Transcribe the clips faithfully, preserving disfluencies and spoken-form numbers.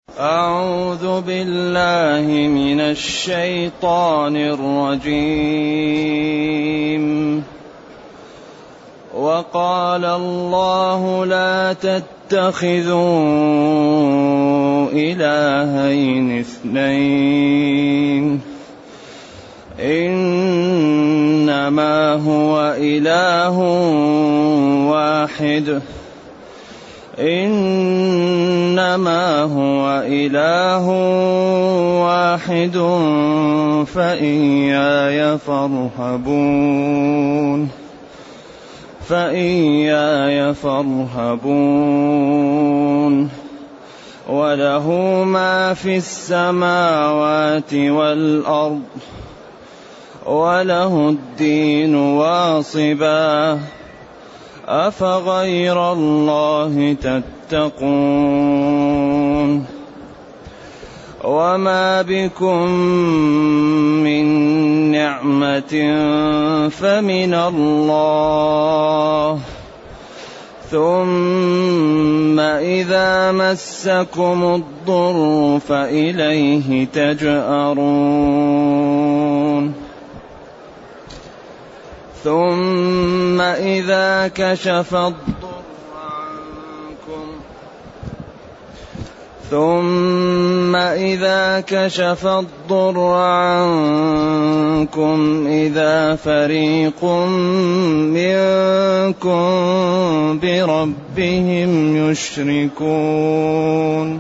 أعوذ بالله من الشيطان الرجيم. وقال الله لا تتخذوا إلهين اثنين إنما هو إله واحد إنما هو إله واحد فإياي فارهبون فإياي فارهبون وله ما في السماوات والأرض وله الدين واصبا أفغير الله تتقون وما بكم من نعمة فمن الله ثم إذا مسكم الضر فإليه تجأرون ثم إذا كشف الضر عنكم ثم إذا كشف الضر عنكم إذا فريق منكم بربهم يشركون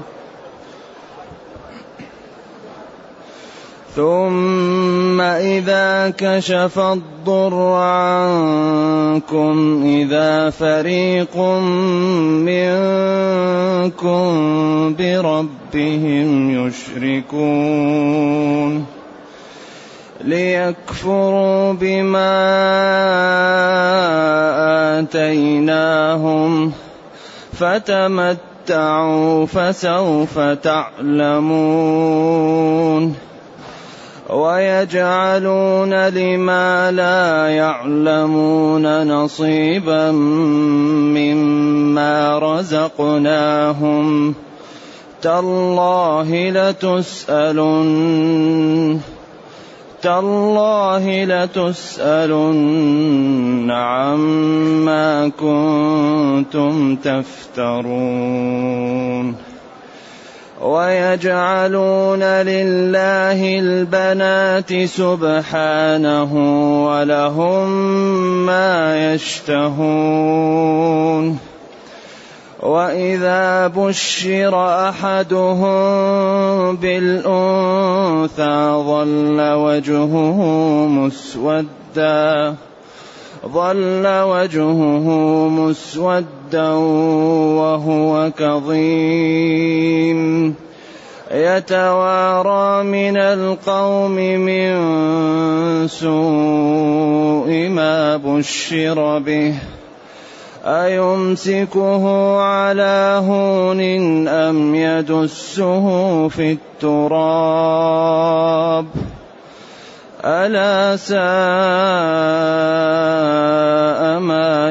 ثم إذا كشف الضر عنكم إذا فريق منكم بربهم يشركون ليكفروا بما آتيناهم فتمتعوا فسوف تعلمون ويجعلون لما لا يعلمون نصيبا مما رزقناهم تالله لتسألن تالله لتسألن عما كنتم تفترون ويجعلون لله البنات سبحانه ولهم ما يشتهون وإذا بشر أحدهم بالأنثى ظل وجهه مسودا ظل وجهه مسودا وهو كظيم يتوارى من القوم من سوء ما بشر به أيمسكه على هون أم يدسه في التراب ألا ساء ما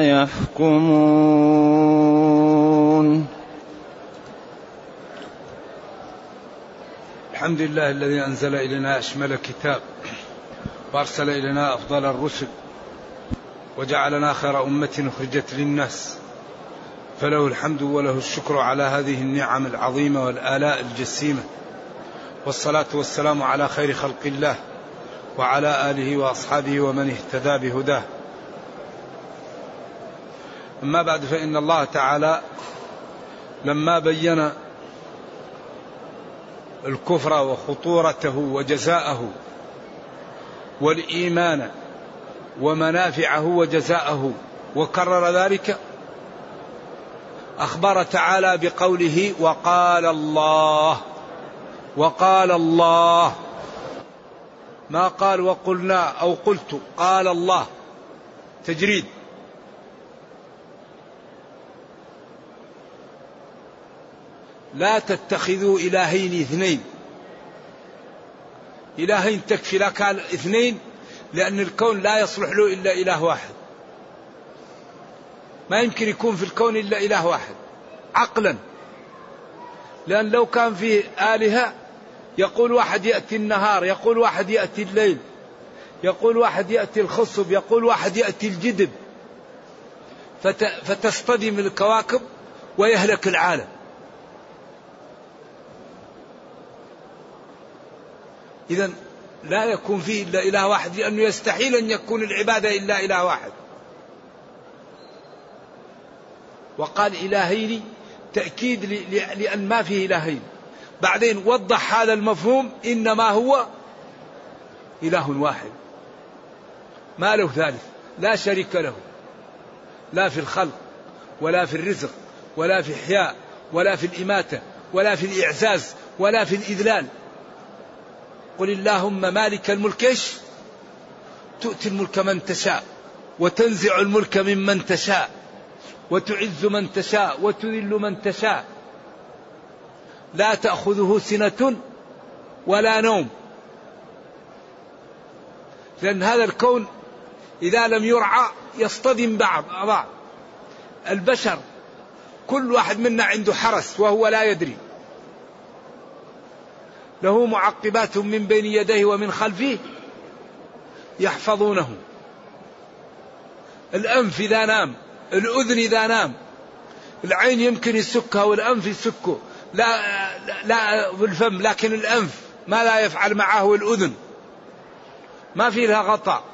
يحكمون. الحمد لله الذي أنزل إلينا أشمل كتاب وأرسل إلينا أفضل الرسل وجعلنا خير أمة أخرجت للناس فله الحمد وله الشكر على هذه النعم العظيمة والآلاء الجسيمة والصلاة والسلام على خير خلق الله وعلى آله وأصحابه ومن اهتدى بهداه. أما بعد فإن الله تعالى لما بين الكفر وخطورته وجزاءه والإيمان ومنافعه وجزاءه وكرر ذلك أخبر تعالى بقوله وقال الله وقال الله ما قال وقلنا أو قلت قال الله تجريد. لا تتخذوا إلهين اثنين إلهين تكفي لك اثنين لأن الكون لا يصلح له إلا إله واحد ما يمكن يكون في الكون إلا إله واحد عقلا لأن لو كان فيه آلهة يقول واحد يأتي النهار، يقول واحد يأتي الليل، يقول واحد يأتي الخصب، يقول واحد يأتي الجدب، فتصطدم الكواكب ويهلك العالم. إذن لا يكون فيه إلا إله واحد، لأنه يستحيل أن يكون العبادة إلا إله واحد. وقال إلهين تأكيد لأن ما فيه إلهين. بعدين وضح هذا المفهوم، إنما هو إله واحد ما له ثالث، لا شريك له، لا في الخلق ولا في الرزق ولا في الإحياء ولا في الإماتة ولا في الإعزاز ولا في الإذلال. قل اللهم مالك الملك تؤتي الملك من تشاء وتنزع الملك ممن تشاء وتعز من تشاء وتذل من تشاء لا تأخذه سنة ولا نوم. لأن هذا الكون إذا لم يرعى يصطدم بعض بعض. البشر كل واحد منا عنده حرس وهو لا يدري، له معقبات من بين يديه ومن خلفه يحفظونه. الأنف إذا نام، الأذن إذا نام، العين يمكن يسكها والأنف يسكه، لا لا بالفم، لكن الأنف ما لا يفعل معه الأذن، ما في لها غطاء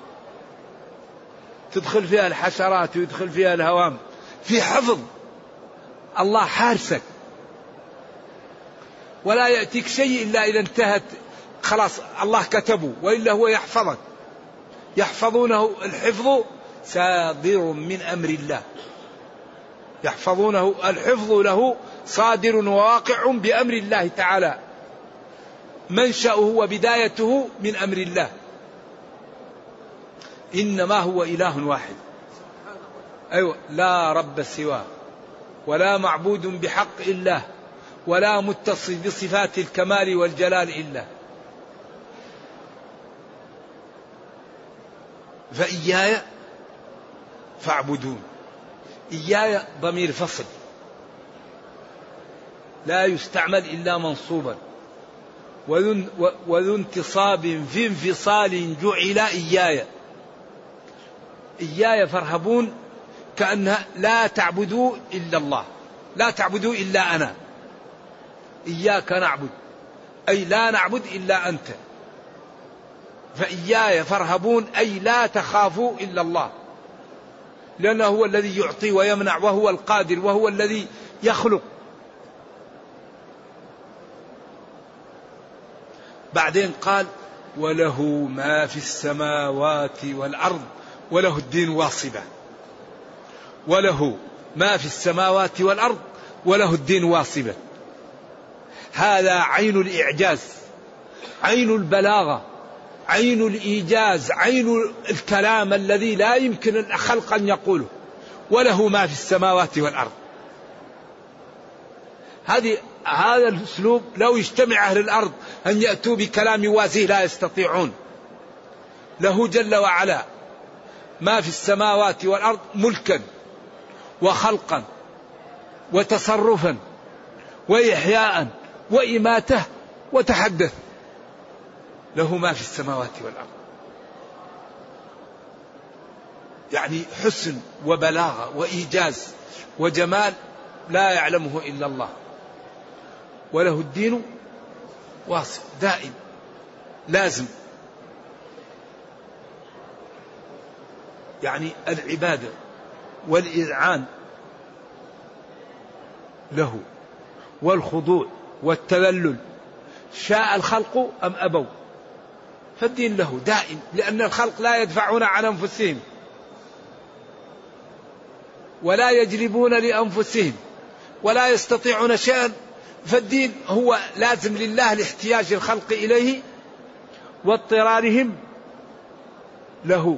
تدخل فيها الحشرات ويدخل فيها الهوام، في حفظ. الله حارسك ولا يأتيك شيء إلا إذا انتهت، خلاص الله كتبه، وإلا هو يحفظك. يحفظونه، الحفظ صادر من أمر الله، يحفظونه، الحفظ له صادر وواقع بأمر الله تعالى، منشأه وبدايته من أمر الله. إنما هو إله واحد، أيوة، لا رب سواه ولا معبود بحق إلا، ولا متصف بصفات الكمال والجلال إلا. فإياي فاعبدون. إياي ضمير فصل لا يستعمل إلا منصوبا، وذو انتصاب في انفصال جعل إياي. إياي فارهبون، كأنها لا تعبدوا إلا الله، لا تعبدوا إلا أنا، إياك نعبد، أي لا نعبد إلا أنت. فإياي فارهبون أي لا تخافوا إلا الله، لأنه هو الذي يعطي ويمنع، وهو القادر، وهو الذي يخلق. بعدين قال وله ما في السماوات والأرض وله الدين واصبا. وله ما في السماوات والأرض وله الدين واصبا. هذا عين الإعجاز، عين البلاغة، عين الإيجاز، عين الكلام الذي لا يمكن الخلق أن يقوله. وله ما في السماوات والأرض. هذه هذا الأسلوب لو يجتمع أهل الأرض أن يأتوا بكلام يوازيه لا يستطيعون. له جل وعلا ما في السماوات والأرض ملكا وخلقا وتصرفا وإحياء وإماتة وتحدث. له ما في السماوات والأرض، يعني حسن وبلاغة وإيجاز وجمال لا يعلمه إلا الله. وله الدين واصل دائم لازم، يعني العبادة والإذعان له والخضوع والتذلل، شاء الخلق أم أبوا، فالدين له دائم، لأن الخلق لا يدفعون عن أنفسهم ولا يجلبون لأنفسهم ولا يستطيعون شيئا، فالدين هو لازم لله لاحتياج الخلق إليه واضطرارهم له.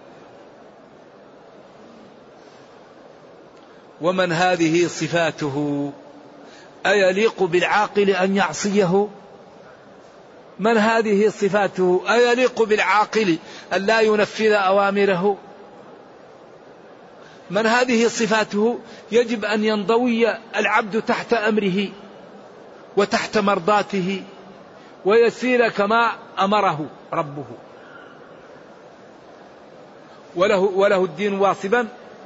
ومن هذه صفاته أيليق بالعاقل أن يعصيه؟ من هذه صفاته أيليق بالعاقل أن لا ينفذ أوامره؟ من هذه صفاته يجب أن ينضوي العبد تحت أمره وتحت مرضاته ويسير كما أمره ربه، وله, وله الدين واصبا.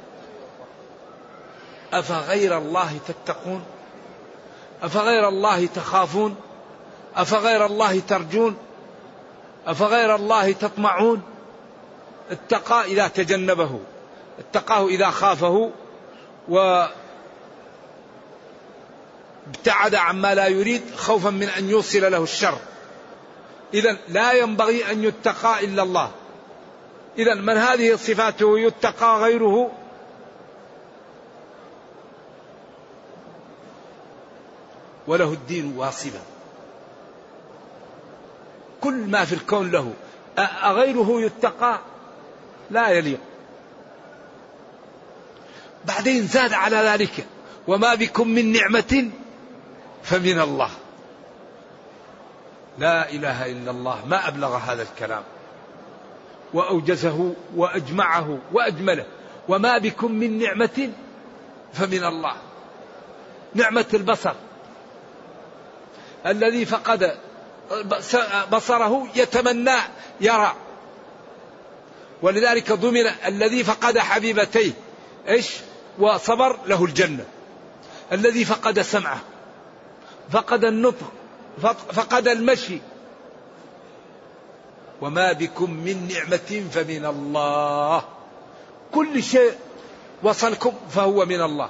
أفغير الله تتقون؟ أفغير الله تخافون؟ أفغير الله ترجون؟ أفغير الله تطمعون؟ اتقى إذا تجنبه، اتقاه إذا خافه، وابتعد عما لا يريد خوفا من أن يوصل له الشر. إذن لا ينبغي أن يتقى إلا الله. إذن من هذه صفاته يتقى غيره وله الدين واصبا. كل ما في الكون له، أغيره يتقى لا يليق. بعدين زاد على ذلك وما بكم من نعمة فمن الله. لا إله إلا الله، ما أبلغ هذا الكلام وأوجزه وأجمعه وأجمله. وما بكم من نعمة فمن الله. نعمة البصر، الذي فقد بصره يتمنى يرى، ولذلك ضمن الذي فقد حبيبتيه إيش وصبر له الجنة. الذي فقد سمعه، فقد النطق، فقد المشي. وما بكم من نعمة فمن الله. كل شيء وصلكم فهو من الله.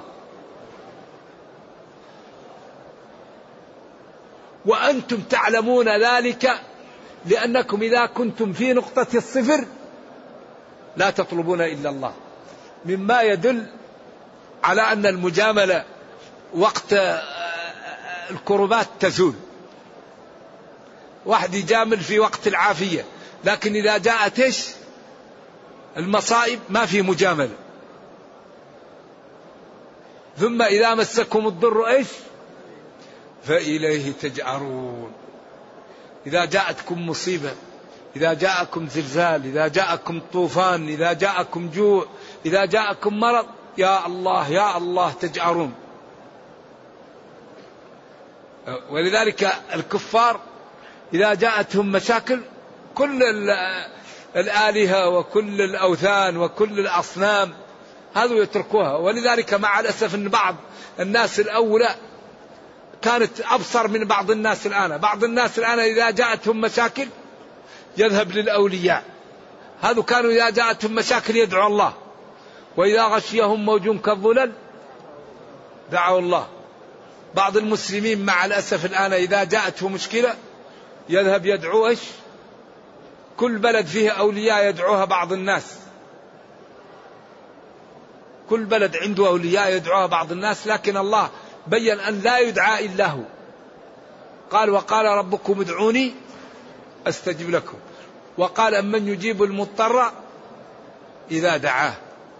وأنتم تعلمون ذلك لأنكم إذا كنتم في نقطة الصفر لا تطلبون إلا الله، مما يدل على أن المجاملة وقت الكربات تزول. واحد يجامل في وقت العافية، لكن إذا جاءت إيش المصائب ما في مجاملة. ثم إذا مسكم الضر إيش فإليه تجأرون. إذا جاءتكم مصيبة، إذا جاءكم زلزال، إذا جاءكم طوفان، إذا جاءكم جوع، إذا جاءكم مرض، يا الله يا الله تجأرون. ولذلك الكفار إذا جاءتهم مشاكل كل الآلهة وكل الأوثان وكل الأصنام هذا يتركوها. ولذلك مع الأسف أن بعض الناس الأولى كانت أبصر من بعض الناس الآن. بعض الناس الآن إذا جاءتهم مشاكل يذهب للأولياء، هذا كانوا إذا جاءتهم مشاكل يدعو الله، وإذا غشيهم موج كالظلل دعوا الله. بعض المسلمين مع الأسف الآن إذا جاءته مشكلة يذهب يدعو إيش كل بلد فيه أولياء يدعوها بعض الناس، كل بلد عنده أولياء يدعوها بعض الناس، لكن الله بين أن لا يدعى إلا هو. قال وقال ربكم ادعوني أستجب لكم. وقال أمن يجيب المضطر إذا دعاه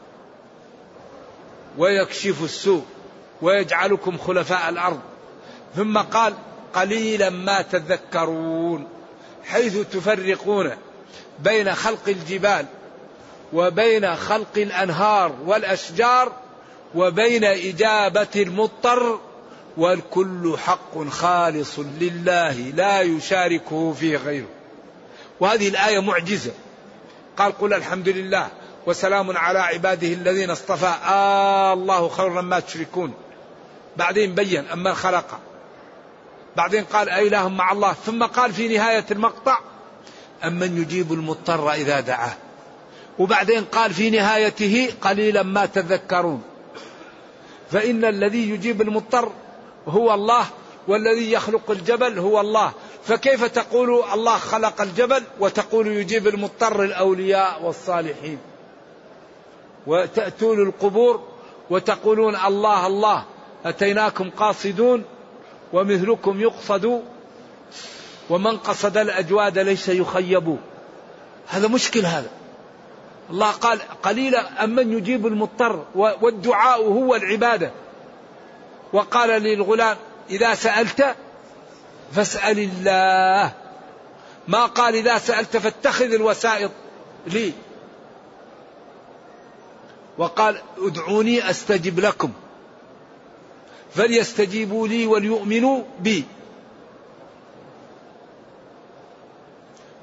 ويكشف السوء ويجعلكم خلفاء الأرض. ثم قال قليلا ما تذكرون، حيث تفرقون بين خلق الجبال وبين خلق الأنهار والأشجار وبين إجابة المضطر، والكل حق خالص لله لا يشاركه فيه غيره. وهذه الآية معجزة. قال قل الحمد لله وسلام على عباده الذين اصطفى آه الله خير مما تشركون. بعدين بين أما خلق، بعدين قال أإله مع الله، ثم قال في نهاية المقطع أمن يجيب المضطر إذا دعاه، وبعدين قال في نهايته قليلا ما تذكرون. فإن الذي يجيب المضطر هو الله، والذي يخلق الجبل هو الله. فكيف تقول الله خلق الجبل وتقول يجيب المضطر الأولياء والصالحين؟ وتأتون القبور وتقولون الله الله أتيناكم قاصدون ومثلكم يقصد ومن قصد الأجواد ليس يخيب. هذا مشكل. هذا الله قال قليلا أمن يجيب المضطر، والدعاء هو العبادة. وقال للغلام إذا سألت فاسأل الله، ما قال إذا سألت فاتخذ الوسائط لي. وقال ادعوني أستجب لكم، فليستجيبوا لي وليؤمنوا بي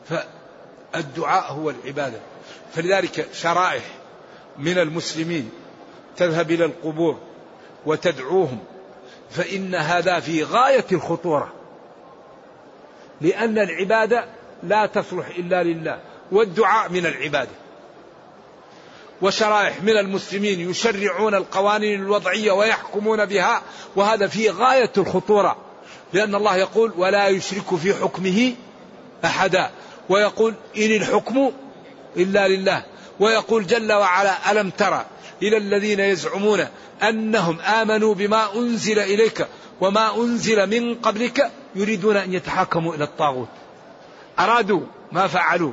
فالدعاء هو العبادة. فلذلك شرائح من المسلمين تذهب إلى القبور وتدعوهم، فإن هذا في غاية الخطورة، لأن العبادة لا تصلح إلا لله، والدعاء من العبادة. وشرائح من المسلمين يشرعون القوانين الوضعية ويحكمون بها، وهذا في غاية الخطورة، لأن الله يقول ولا يشرك في حكمه أحدا، ويقول إن الحكم إلا لله، ويقول جل وعلا ألم ترى إلى الذين يزعمون أنهم آمنوا بما أنزل إليك وما أنزل من قبلك يريدون أن يتحاكموا إلى الطاغوت، أرادوا ما فعلوا.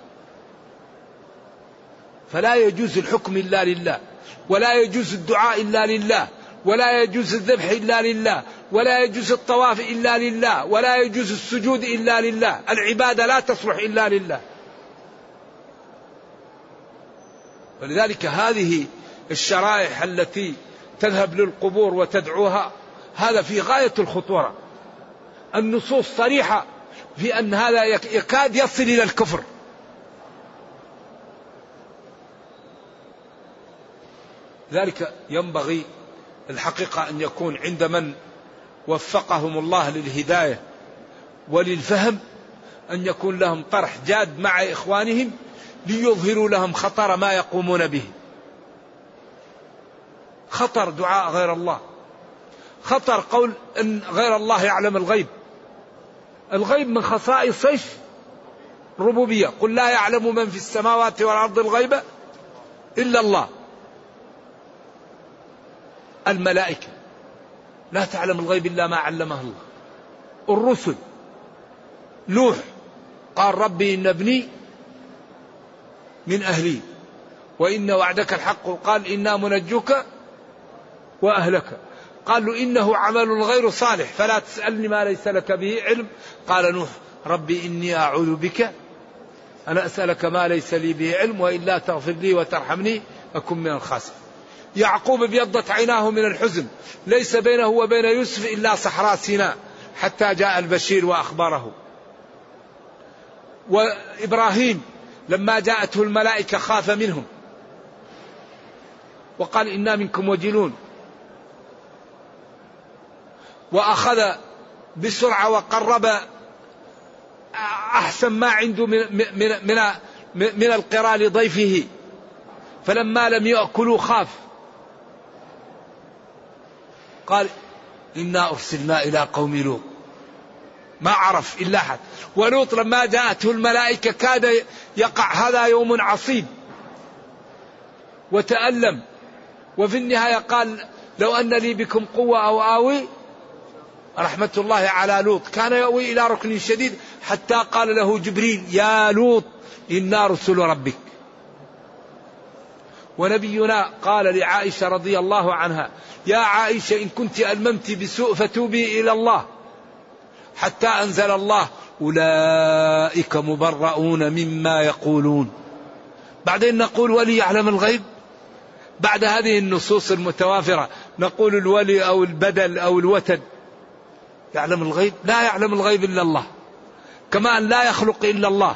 فلا يجوز الحكم إلا لله، ولا يجوز الدعاء إلا لله، ولا يجوز الذبح إلا لله، ولا يجوز الطواف إلا لله، ولا يجوز السجود إلا لله. العبادة لا تصلح إلا لله. ولذلك هذه الشرائح التي تذهب للقبور وتدعوها هذا في غاية الخطورة. النصوص صريحة في أن هذا يكاد يصل إلى الكفر. ذلك ينبغي الحقيقة أن يكون عند من وفقهم الله للهداية وللفهم أن يكون لهم طرح جاد مع إخوانهم ليظهروا لهم خطر ما يقومون به. خطر دعاء غير الله، خطر قول أن غير الله يعلم الغيب. الغيب من خصائص الربوبية، قل لا يعلم من في السماوات والأرض الغيب إلا الله. الملائكة لا تعلم الغيب إلا ما علمه الله. الرسل نوح قال ربي إن ابني من أهلي وإن وعدك الحق، قال إنا منجوك وأهلك. قالوا إنه عمل غير صالح فلا تسألني ما ليس لك به علم. قال نوح ربي إني أعوذ بك أن أسألك ما ليس لي به علم وإلا تغفر لي وترحمني أكن من الخاسرين. يعقوب ابيضت عيناه من الحزن، ليس بينه وبين يوسف إلا صحراء سيناء حتى جاء البشير وأخبره. وإبراهيم لما جاءته الملائكة خاف منهم وقال إنا منكم وجلون، وأخذ بسرعة وقرب أحسن ما عنده من, من, من, من القراء لضيفه، فلما لم يأكلوا خاف قال إنا أرسلنا إلى قوم لوط، ما عرف إلا حد. ولوط لما جاءته الملائكة كاد يقع هذا يوم عصيب وتألم، وفي النهاية قال لو أن لي بكم قوة أو آوي. رحمة الله على لوط كان يأوي إلى ركن شديد حتى قال له جبريل يا لوط إنا رسل ربك. ونبينا قال لعائشة رضي الله عنها يا عائشة إن كنت ألممت بسوء فتوبي إلى الله، حتى أنزل الله أولئك مبرؤون مما يقولون. بعدين نقول ولي يعلم الغيب. بعد هذه النصوص المتوافرة نقول الولي أو البدل أو الوتد يعلم الغيب؟ لا يعلم الغيب إلا الله، كما أن لا يخلق إلا الله.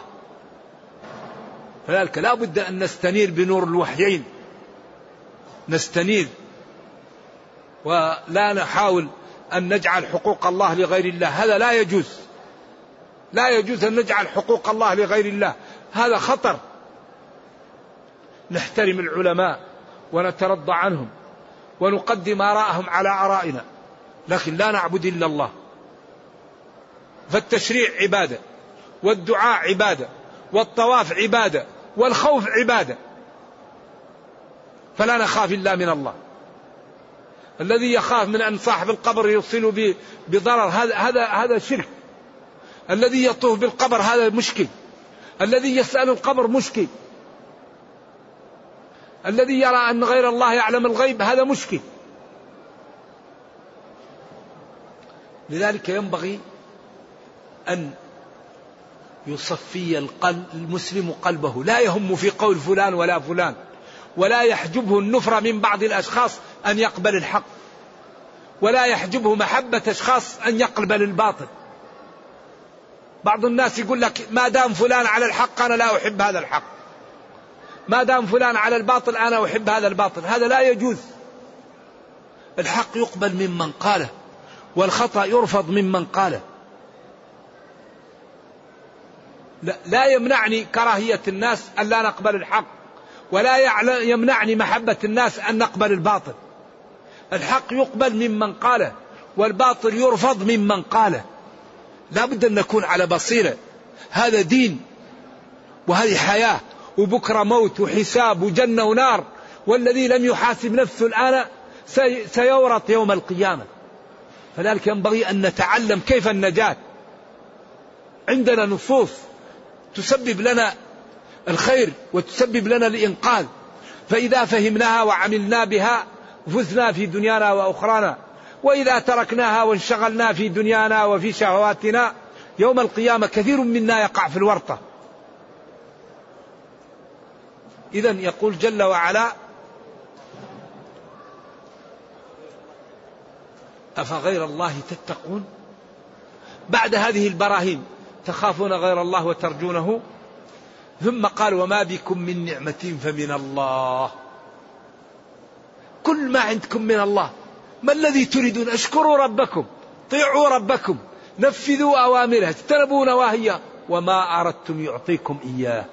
فذلك لا بد أن نستنير بنور الوحيين، نستنير ولا نحاول أن نجعل حقوق الله لغير الله. هذا لا يجوز، لا يجوز أن نجعل حقوق الله لغير الله، هذا خطر. نحترم العلماء ونترضى عنهم ونقدم آراءهم على آرائنا، لكن لا نعبد إلا الله. فالتشريع عبادة، والدعاء عبادة، والطواف عبادة، والخوف عبادة، فلا نخاف إلا من الله. الذي يخاف من أن صاحب القبر يوصل بضرر هذا هذا هذا شرك. الذي يطوف بالقبر هذا مشكل. الذي يسأل القبر مشكل. الذي يرى أن غير الله يعلم الغيب هذا مشكل. لذلك ينبغي أن يصفي القلب المسلم قلبه، لا يهم في قول فلان ولا فلان، ولا يحجبه النفرة من بعض الأشخاص أن يقبل الحق، ولا يحجبه محبة أشخاص أن يقبل الباطل. بعض الناس يقول لك ما دام فلان على الحق أنا لا أحب هذا الحق، ما دام فلان على الباطل أنا أحب هذا الباطل. هذا لا يجوز. الحق يقبل ممن قاله، والخطأ يرفض ممن قاله. لا, لا يمنعني كراهية الناس أن لا نقبل الحق، ولا يمنعني محبة الناس أن نقبل الباطل. الحق يقبل ممن قاله، والباطل يرفض ممن قاله. لا بد أن نكون على بصيرة. هذا دين، وهذه حياة، وبكرة موت وحساب وجنة ونار. والذي لم يحاسب نفسه الآن سيورط يوم القيامة. فذلك ينبغي أن نتعلم كيف النجاة. عندنا نصوص تسبب لنا الخير وتسبب لنا الإنقاذ، فإذا فهمناها وعملنا بها فزنا في دنيانا وأخرانا. وإذا تركناها وانشغلنا في دنيانا وفي شهواتنا يوم القيامة كثير منا يقع في الورطة. إذن يقول جل وعلا: أفغير الله تتقون. بعد هذه البراهين تخافون غير الله وترجونه. ثم قال: وما بكم من نعمة فمن الله. كل ما عندكم من الله. ما الذي تريدون؟ اشكروا ربكم، طيعوا ربكم، نفذوا أوامره، اجتنبوا نواهيه، وما أردتم يعطيكم إياه.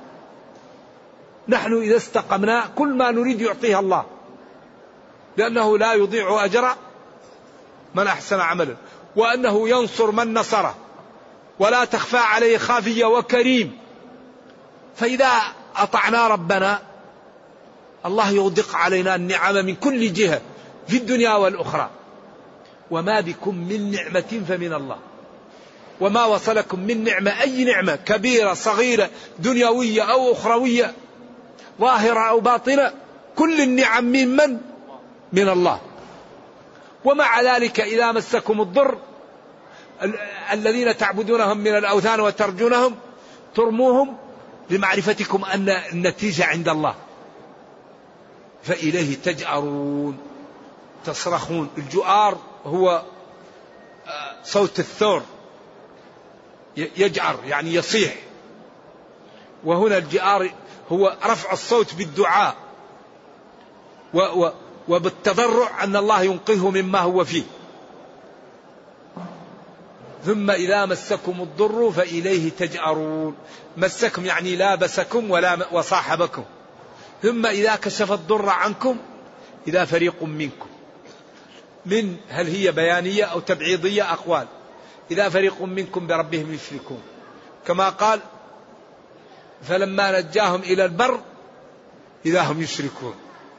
نحن إذا استقمنا كل ما نريد يعطيه الله، لأنه لا يضيع أجر من أحسن عملا، وأنه ينصر من نصره، ولا تخفى عليه خافية، وكريم. فإذا أطعنا ربنا الله يغدق علينا النعم من كل جهة في الدنيا والأخرى. وما بكم من نعمة فمن الله. وما وصلكم من نعمة، أي نعمة كبيرة صغيرة دنيوية أو أخروية ظاهرة أو باطنة، كل النعم من من؟ من الله. ومع ذلك إذا مسكم الضر الذين تعبدونهم من الأوثان وترجونهم ترموهم لمعرفتكم أن النتيجة عند الله، فإليه تجأرون، تصرخون. الجؤار هو صوت الثور، يجأر يعني يصيح. وهنا الجئار هو رفع الصوت بالدعاء وبالتضرع أن الله ينقذه مما هو فيه. ثم إذا مسكم الضر فإليه تجأرون. مسكم يعني لابسكم ولا وصاحبكم. ثم إذا كشف الضر عنكم إذا فريق منكم. من هل هي بيانية أو تبعيضية؟ أقوال. إذا فريق منكم بربهم يشركون، كما قال: فلما نجاهم إلى البر إذا هم يشركون.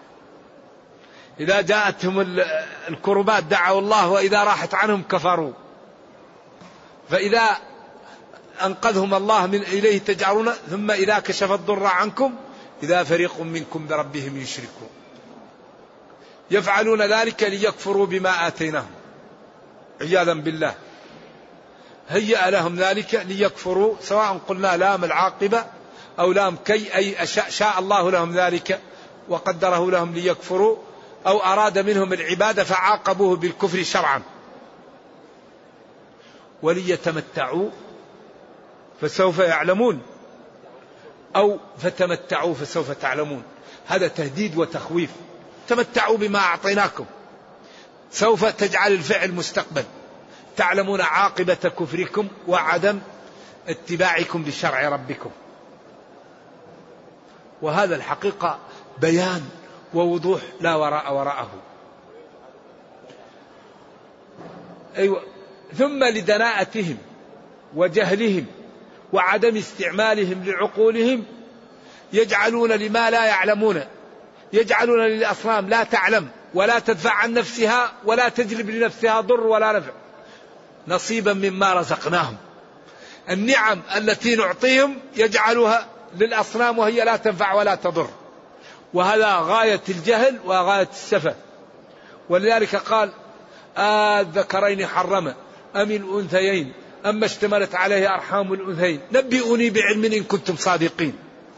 إذا جاءتهم الكربات دعوا الله، وإذا راحت عنهم كفروا. فإذا أنقذهم الله من إليه تجأرون. ثم إذا كشف الضر عنكم إذا فريق منكم بربهم يشركون. يفعلون ذلك ليكفروا بما آتيناهم عياذا بالله. هيأ لهم ذلك ليكفروا، سواء قلنا لام العاقبة أو لام كي، أي أشاء شاء الله لهم ذلك وقدره لهم ليكفروا، أو أراد منهم العبادة فعاقبوه بالكفر شرعا. وليتمتعوا فسوف يعلمون، أو فتمتعوا فسوف تعلمون. هذا تهديد وتخويف. تمتعوا بما أعطيناكم، سوف تجعل الفعل مستقبل، تعلمون عاقبة كفركم وعدم اتباعكم لشرع ربكم. وهذا الحقيقة بيان ووضوح لا وراء وراءه. أيوة. ثم لدناءتهم وجهلهم وعدم استعمالهم لعقولهم يجعلون لما لا يعلمون، يجعلون للأصنام لا تعلم ولا تدفع عن نفسها ولا تجلب لنفسها ضر ولا نفع نصيبا مما رزقناهم. النعم التي نعطيهم يجعلها للأصنام وهي لا تنفع ولا تضر، وهذا غاية الجهل وغاية السفه. ولذلك قال: الذكرين حرم أم الأنثيين أما اشتملت عليه أرحام الأنثيين نبئوني بعلم إن كنتم صادقين.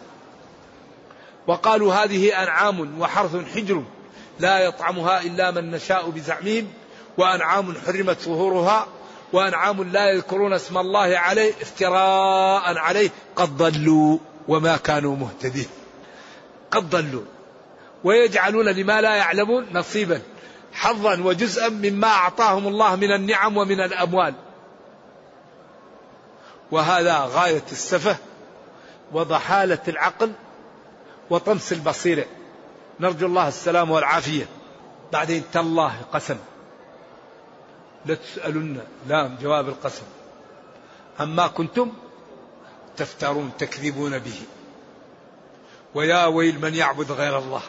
وقالوا هذه أنعام وحرث حجر لا يطعمها إلا من نشاء بزعمهم، وأنعام حرمت ظهورها وأنعام لا يذكرون اسم الله عليه افتراء عليه قد ضلوا وما كانوا مهتدين. قد ضلوا ويجعلون لما لا يعلمون نصيبا حظا وجزءا مما أعطاهم الله من النعم ومن الأموال. وهذا غاية السفه وضحالة العقل وطمس البصيرة، نرجو الله السلام والعافية. بعدين تالله قسم لتسألن، لا جواب القسم، عما كنتم تفترون تكذبون به. ويا ويل من يعبد غير الله.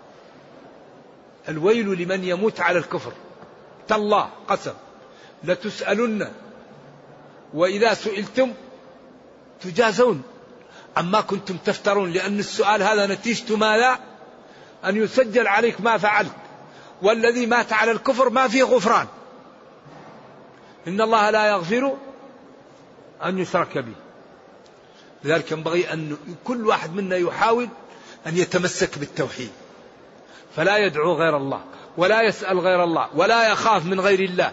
الويل لمن يموت على الكفر. تالله قسم لتسألن، وإذا سئلتم تجازون عما كنتم تفترون، لأن السؤال هذا نتيجة ما لا أن يسجل عليك ما فعلت. والذي مات على الكفر ما فيه غفران. إن الله لا يغفر أن يشرك به. لذلك ينبغي أن كل واحد منا يحاول أن يتمسك بالتوحيد، فلا يدعو غير الله ولا يسأل غير الله ولا يخاف من غير الله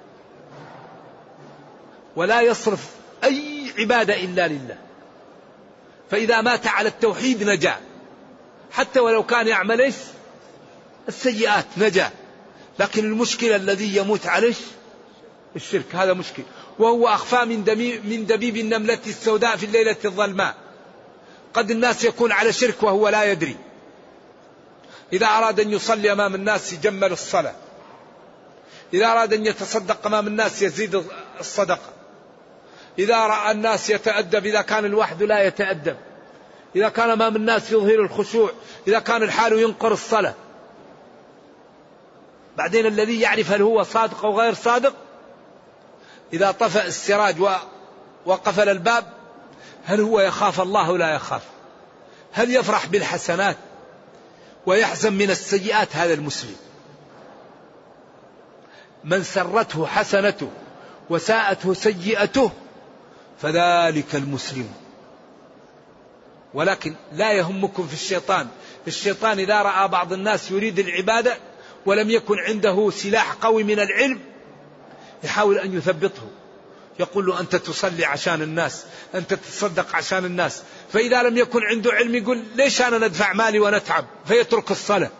ولا يصرف أي عبادة إلا لله. فإذا مات على التوحيد نجا، حتى ولو كان يعمل السيئات نجا. لكن المشكلة الذي يموت عليه الشرك، هذا مشكل، وهو أخفى من, من دبيب النملة السوداء في الليلة الظلماء. قد الناس يكون على شرك وهو لا يدري. إذا أراد أن يصلي أمام الناس يجمل الصلاة، إذا أراد أن يتصدق أمام الناس يزيد الصدقة، إذا رأى الناس يتأدب، إذا كان الوحد لا يتأدب، إذا كان أمام الناس يظهر الخشوع، إذا كان الحال ينقر الصلاة. بعدين الذي يعرف هل هو صادق أو غير صادق، إذا طفأ السراج وقفل الباب، هل هو يخاف الله أو لا يخاف؟ هل يفرح بالحسنات ويحزن من السيئات؟ هذا المسلم. من سرته حسنته وساءته سيئته فذلك المسلم. ولكن لا يهمكم في الشيطان. الشيطان إذا رأى بعض الناس يريد العبادة ولم يكن عنده سلاح قوي من العلم يحاول أن يثبطه، يقول له أنت تصلي عشان الناس، أنت تصدق عشان الناس. فإذا لم يكن عنده علم يقول ليش أنا ندفع مالي ونتعب، فيترك الصلاة،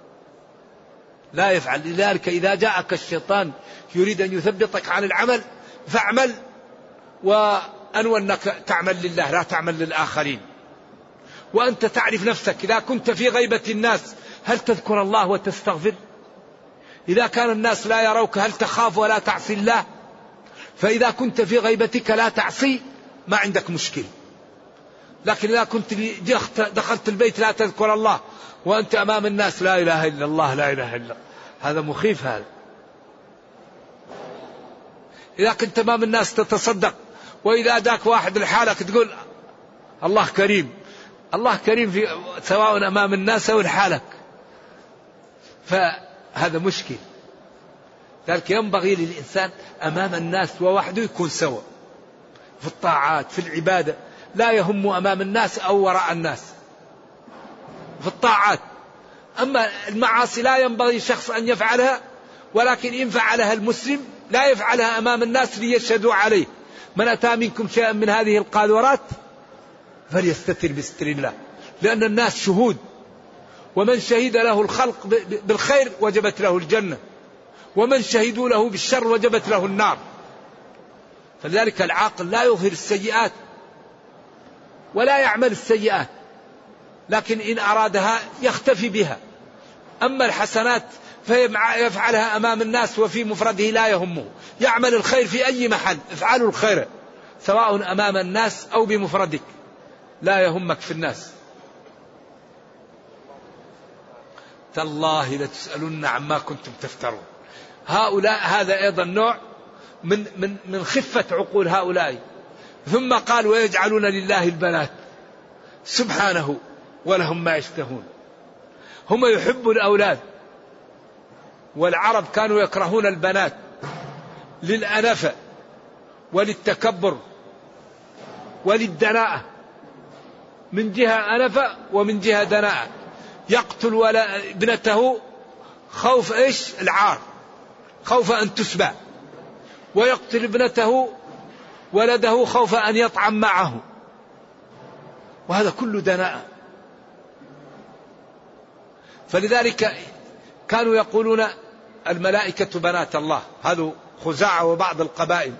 لا يفعل. لذلك إذا جاءك الشيطان يريد أن يثبطك عن العمل فاعمل، وأنوى أنك تعمل لله لا تعمل للآخرين. وأنت تعرف نفسك. إذا كنت في غيبة الناس هل تذكر الله وتستغفر؟ إذا كان الناس لا يروك هل تخاف ولا تعصي الله؟ فإذا كنت في غيبتك لا تعصي ما عندك مشكلة. لكن إذا كنت دخلت البيت لا تذكر الله وأنت أمام الناس لا إله إلا الله لا إله إلا الله، هذا مخيف. هذا إذا كنت أمام الناس تتصدق وإذا داك واحد لحالك تقول الله كريم، الله كريم في سواء أمام الناس أو لحالك، فهذا مشكل. ذلك ينبغي للإنسان أمام الناس ووحده يكون سوا في الطاعات في العبادة، لا يهم أمام الناس أو وراء الناس في الطاعات. أما المعاصي لا ينبغي شخص أن يفعلها، ولكن إن فعلها المسلم لا يفعلها أمام الناس ليشهدوا عليه. من أتى منكم شيئا من هذه القاذورات فليستتر بستر الله، لأن الناس شهود، ومن شهد له الخلق بالخير وجبت له الجنة، ومن شهدوا له بالشر وجبت له النار. فلذلك العاقل لا يظهر السيئات ولا يعمل السيئات، لكن إن أرادها يختفي بها. أما الحسنات فيفعلها أمام الناس وفي مفرده لا يهمه. يعمل الخير في أي محل، افعلوا الخير سواء أمام الناس أو بمفردك، لا يهمك في الناس. تالله لتسألن عما كنتم تفترون. هؤلاء هذا أيضا نوع من من من خفة عقول هؤلاء. ثم قال ويجعلون لله البنات سبحانه ولهم ما يشتهون. هم يحبوا الأولاد، والعرب كانوا يكرهون البنات للأنفة وللتكبر وللدناءة، من جهة أنفة ومن جهة دناءة. يقتل ولا ابنته خوف إيش؟ العار، خوف أن تسبى. ويقتل ابنته ولده خوف أن يطعم معه، وهذا كله دناءة. فلذلك كانوا يقولون الملائكة بنات الله، هذا خزاعة وبعض القبائل،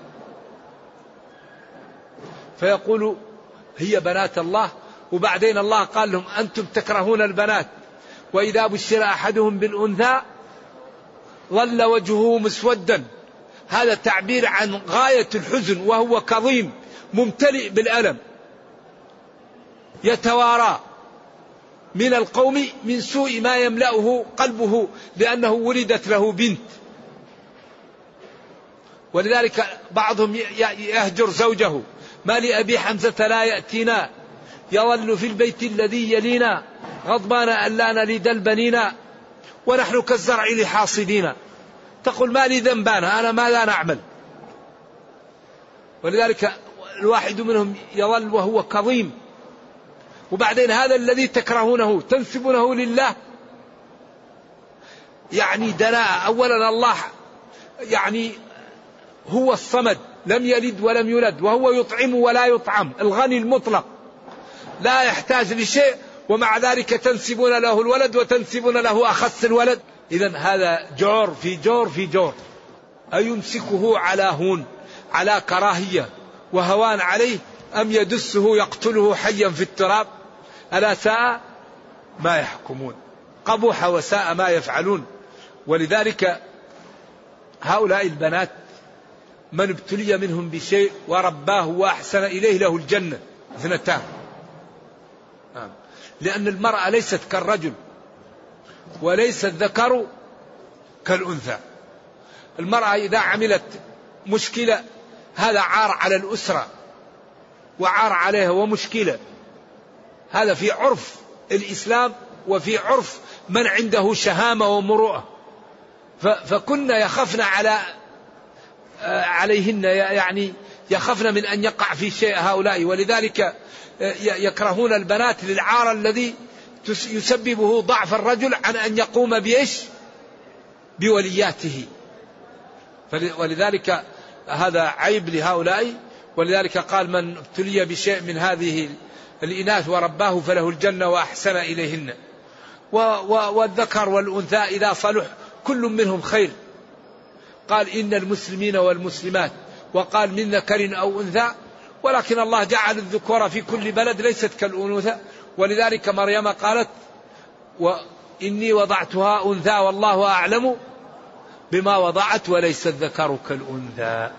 فيقولوا هي بنات الله، وبعدين الله قال لهم أنتم تكرهون البنات، وإذا بشر أحدهم بالأنثى ظل وجهه مسودا. هذا تعبير عن غاية الحزن، وهو كظيم ممتلئ بالألم، يتوارى من القوم من سوء ما يملأه قلبه لأنه ولدت له بنت. ولذلك بعضهم يهجر زوجه: ما لأبي حمزة لا يأتينا، يظل في البيت الذي يلينا، غضبان ألا نلد البنينا، ونحن كالزرع لحاصدين. تقول ما لي ذنبان، أنا ماذا نعمل؟ ولذلك الواحد منهم يظل وهو كظيم. وبعدين هذا الذي تكرهونه تنسبونه لله، يعني دناء. أولا الله يعني هو الصمد، لم يلد ولم يولد، وهو يطعم ولا يطعم، الغني المطلق لا يحتاج لشيء، ومع ذلك تنسبون له الولد وتنسبون له أخس الولد. إذن هذا جور في جور في جور. أيمسكه على هون، على كراهية وهوان عليه، أم يدسه يقتله حيا في التراب؟ ألا ساء ما يحكمون، قبح وساء ما يفعلون. ولذلك هؤلاء البنات من ابتلي منهم بشيء ورباه وأحسن إليه له الجنة اثنتان. لأن المرأة ليست كالرجل، وليس الذكر كالأنثى. المرأة إذا عملت مشكلة هذا عار على الأسرة وعار عليها ومشكلة. هذا في عرف الإسلام وفي عرف من عنده شهامة ومروءة. فكنا يخفن على عليهن، يعني يخفن من أن يقع في شيء هؤلاء. ولذلك يكرهون البنات للعار الذي يسببه ضعف الرجل عن أن يقوم بإيش؟ بولياته. ولذلك هذا عيب لهؤلاء. ولذلك قال من ابتلي بشيء من هذه الإناث ورباه فله الجنة وأحسن إليهن. والذكر والأنثى إذا صلح كل منهم خير. قال إن المسلمين والمسلمات، وقال من ذكر أو أنثى، ولكن الله جعل الذكور في كل بلد ليست كالأنوثة. ولذلك مريم قالت وإني وضعتها أنثى والله أعلم بما وضعت وليس الذكر كالأنثى.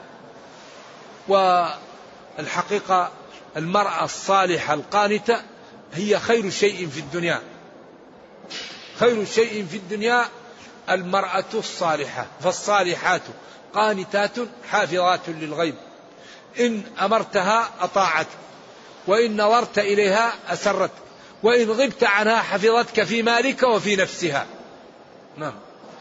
والحقيقة المرأة الصالحة القانتة هي خير شيء في الدنيا. خير شيء في الدنيا المرأة الصالحة. فالصالحات قانتات حافظات للغيب، إن أمرتها أطاعتك، وإن نظرت إليها أسرتك، وإن غبت عنها حفظتك في مالك وفي نفسها. نعم.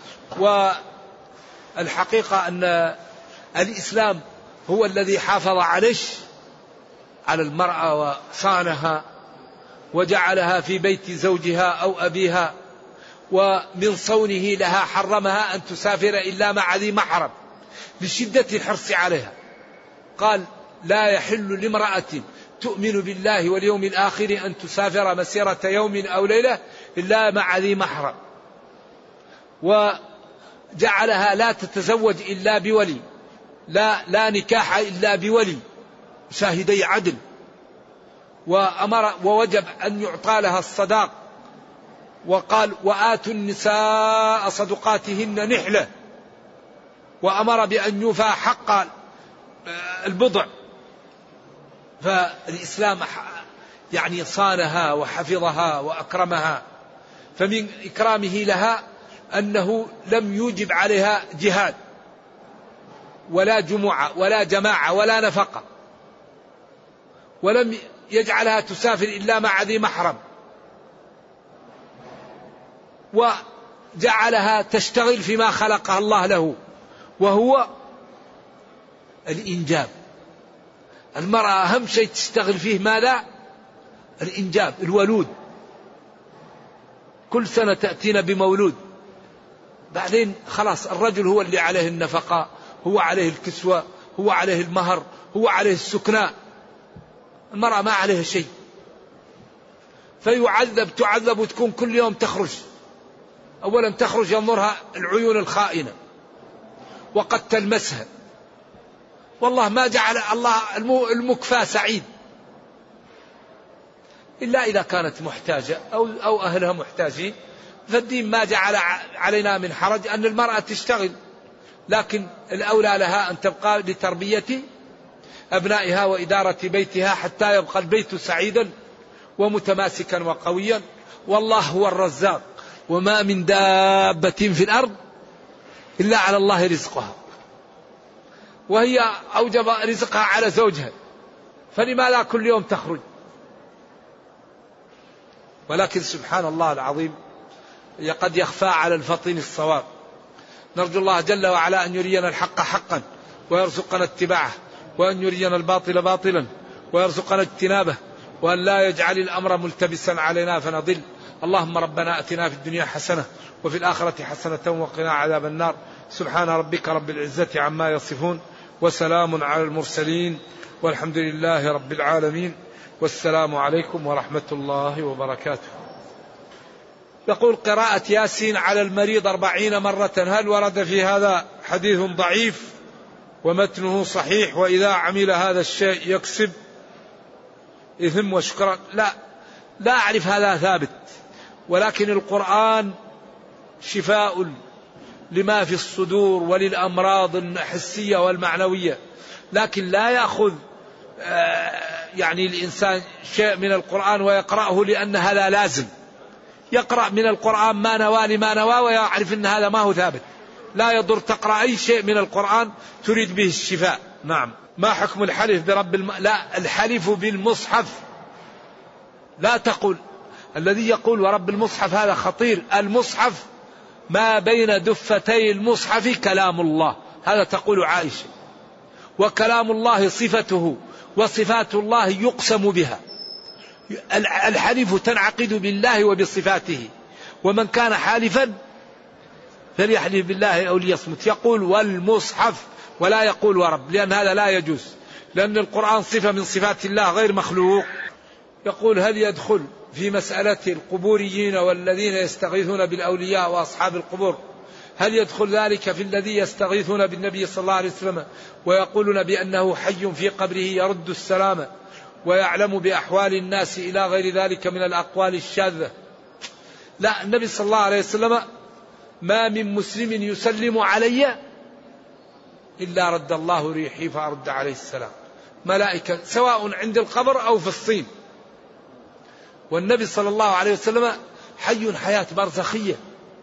والحقيقة أن الإسلام هو الذي حافظ عليش على المرأة وصانها وجعلها في بيت زوجها أو أبيها، ومن صونه لها حرمها أن تسافر إلا مع ذي محرم لشدة الحرص عليها. قال لا يحل لامرأة تؤمن بالله واليوم الآخر أن تسافر مسيرة يوم أو ليلة إلا مع ذي محرم. وجعلها لا تتزوج إلا بولي، لا, لا نكاح إلا بولي شاهدي عدل. وأمر ووجب أن يعطى لها الصداق، وقال وآتوا النساء صدقاتهن نحلة، وأمر بأن يوفى حق البضع. فالإسلام يعني صانها وحفظها وأكرمها. فمن إكرامه لها أنه لم يوجب عليها جهاد ولا جمعة ولا جماعة ولا نفقة، ولم يجعلها تسافر إلا مع ذي محرم، وجعلها تشتغل فيما خلقها الله له وهو الإنجاب. المرأة أهم شيء تشتغل فيه ماذا؟ الإنجاب، الولود. كل سنة تأتينا بمولود، بعدين خلاص الرجل هو اللي عليه النفقة هو عليه الكسوة، هو عليه المهر، هو عليه السكنى. المرأة ما عليها شيء، فيعذب تعذب وتكون كل يوم تخرج. أولا تخرج ينظرها العيون الخائنة وقد تلمسها. والله ما جعل الله المكفى سعيد إلا إذا كانت محتاجة أو, أو أهلها محتاجين. فالدين ما جعل علينا من حرج أن المرأة تشتغل، لكن الأولى لها أن تبقى لتربية أبنائها وإدارة بيتها حتى يبقى البيت سعيدا ومتماسكا وقويا. والله هو الرزاق، وما من دابة في الأرض إلا على الله رزقها، وهي أوجب رزقها على زوجها، فلماذا كل يوم تخرج؟ ولكن سبحان الله العظيم قد يخفى على الفطين الصواب. نرجو الله جل وعلا أن يرينا الحق حقا ويرزقنا اتباعه، وأن يرينا الباطل باطلا ويرزقنا اجتنابه، وأن لا يجعل الأمر ملتبسا علينا فنضل. اللهم ربنا أتنا في الدنيا حسنة وفي الآخرة حسنة وقنا عذاب النار. سبحان ربك رب العزة عما يصفون، وسلام على المرسلين، والحمد لله رب العالمين، والسلام عليكم ورحمة الله وبركاته. يقول قراءة ياسين على المريض أربعين مرة، هل ورد في هذا حديث ضعيف ومتنه صحيح؟ وإذا عمل هذا الشيء يكسب إثم وشكرا؟ لا لا أعرف هذا ثابت، ولكن القرآن شفاء لما في الصدور وللأمراض الحسية والمعنوية، لكن لا يأخذ يعني الإنسان شيء من القرآن ويقرأه لأن هذا لازم. يقرأ من القرآن ما نوى لما نوى ويعرف أن هذا ما هو ثابت. لا يضر تقرأ أي شيء من القرآن تريد به الشفاء. نعم. ما حكم الحلف برب الم... لا، الحلف بالمصحف لا تقول. الذي يقول ورب المصحف هذا خطير. المصحف ما بين دفتي المصحف كلام الله، هذا تقول عائشة، وكلام الله صفته وصفات الله يقسم بها. الحلف تنعقد بالله وبصفاته، ومن كان حالفا فليحلف بالله أو ليصمت. يقول والمصحف ولا يقول ورب، لأن هذا لا يجوز، لأن القرآن صفة من صفات الله غير مخلوق. يقول هل يدخل في مسألة القبوريين والذين يستغيثون بالأولياء وأصحاب القبور، هل يدخل ذلك في الذي يستغيثون بالنبي صلى الله عليه وسلم ويقولون بأنه حي في قبره يرد السلام ويعلم بأحوال الناس إلى غير ذلك من الأقوال الشاذة؟ لا، النبي صلى الله عليه وسلم ما من مسلم يسلم علي إلا رد الله ريحي فأرد عليه السلام، ملائكة سواء عند القبر أو في الصين. والنبي صلى الله عليه وسلم حي حياة برزخية.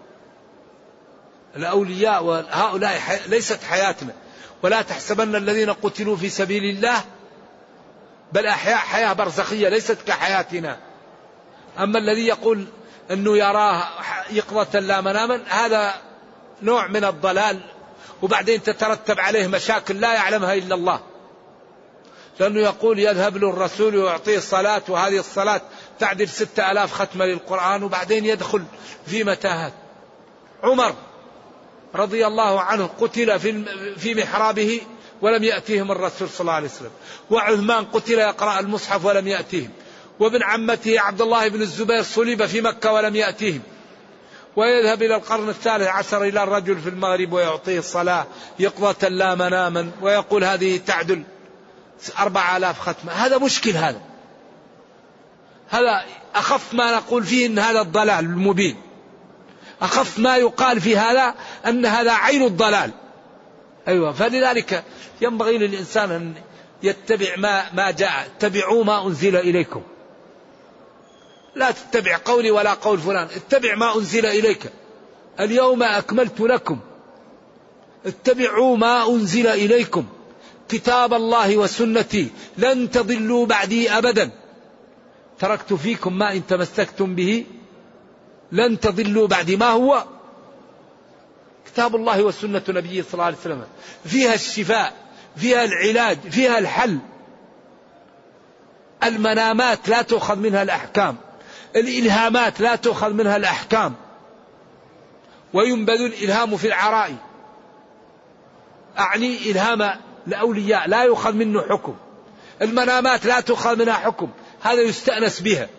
الأولياء وهؤلاء حي... ليست حياتنا، ولا تحسبن الذين قتلوا في سبيل الله بل أحياء حياة برزخية ليست كحياتنا. أما الذي يقول أنه يراه يقظة لا مناما هذا نوع من الضلال، وبعدين تترتب عليه مشاكل لا يعلمها إلا الله، لأنه يقول يذهب له الرسول ويعطيه الصلاة، وهذه الصلاة تعدل ستة آلاف ختمة للقرآن، وبعدين يدخل في متاهات. عمر رضي الله عنه قتل في في محرابه ولم يأتيهم الرسول صلى الله عليه وسلم، وعثمان قتل يقرأ المصحف ولم يأتيهم، وابن عمته عبد الله بن الزبير صلب في مكة ولم يأتيهم. ويذهب إلى القرن الثالث عشر إلى الرجل في المغرب ويعطيه الصلاة يقظة لا مناما، ويقول هذه تعدل أربع آلاف ختمة. هذا مشكل، هذا هذا أخف ما نقول فيه أن هذا الضلال المبين. أخف ما يقال في هذا أن هذا عين الضلال. أيوة، فلذلك ينبغي للإنسان أن يتبع ما ما جاء. اتبعوا ما أنزل إليكم، لا تتبع قولي ولا قول فلان، اتبع ما أنزل إليك. اليوم أكملت لكم، اتبعوا ما أنزل إليكم كتاب الله وسنتي لن تضلوا بعدي أبدا، تركت فيكم ما إن تمسكتم به لن تضلوا بعدي. ما هو؟ كتاب الله وسنة نبيه صلى الله عليه وسلم، فيها الشفاء، فيها العلاج، فيها الحل. المنامات لا تؤخذ منها الأحكام، الإلهامات لا تؤخذ منها الأحكام، وينبذ الإلهام في العراء. أعني إلهام الأولياء لا يؤخذ منه حكم، المنامات لا تؤخذ منها حكم، هذا يستأنس بها.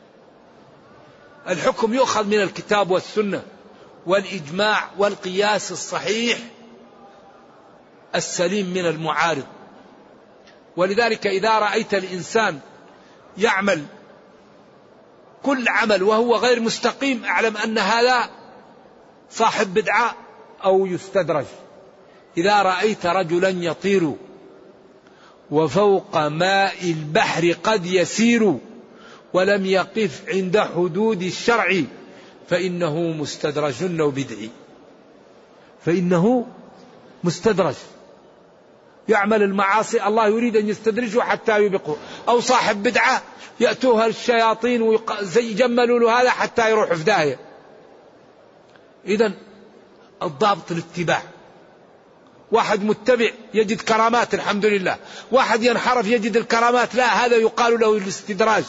الحكم يؤخذ من الكتاب والسنة والإجماع والقياس الصحيح السليم من المعارض. ولذلك إذا رأيت الإنسان يعمل كل عمل وهو غير مستقيم اعلم أن هذا صاحب بدعة أو يستدرج. إذا رأيت رجلا يطير وفوق ماء البحر قد يسير ولم يقف عند حدود الشرع فإنه مستدرج أو بدعي. فإنه مستدرج يعمل المعاصي الله يريد أن يستدرجه حتى يبقه، أو صاحب بدعة يأتوها الشياطين ويجملوا له هذا حتى يروح في داهية. إذن الضابط الاتباع. واحد متبع يجد كرامات الحمد لله، واحد ينحرف يجد الكرامات لا، هذا يقال له الاستدراج.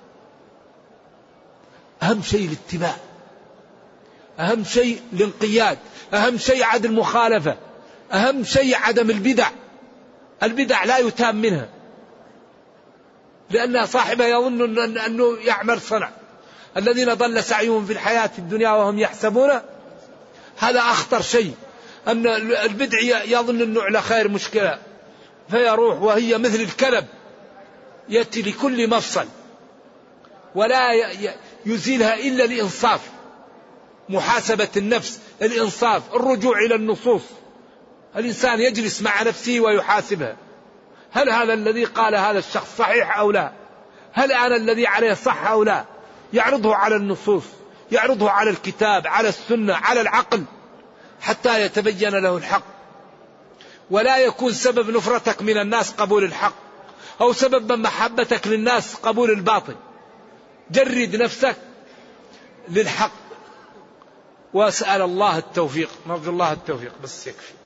أهم شيء الاتباع، أهم شيء الانقياد، أهم شيء عدم المخالفة، أهم شيء عدم البدع. البدع لا يتام منها لأن صاحبها يظن أنه يعمل صنع. الذين ضل سعيهم في الحياة الدنيا وهم يحسبون، هذا أخطر شيء. أن البدع يظن أنه على خير مشكلة فيروح وهي مثل الكلب يأتي لكل مفصل ولا يزيلها إلا الإنصاف، محاسبة النفس، الإنصاف، الرجوع إلى النصوص. الإنسان يجلس مع نفسه ويحاسبها، هل هذا الذي قال هذا الشخص صحيح أو لا؟ هل أنا الذي عليه صح أو لا؟ يعرضه على النصوص، يعرضه على الكتاب، على السنة، على العقل حتى يتبين له الحق. ولا يكون سبب نفرتك من الناس قبول الحق، أو سبب من محبتك للناس قبول الباطل. جرد نفسك للحق واسأل الله التوفيق. نرجو الله التوفيق بس يكفي.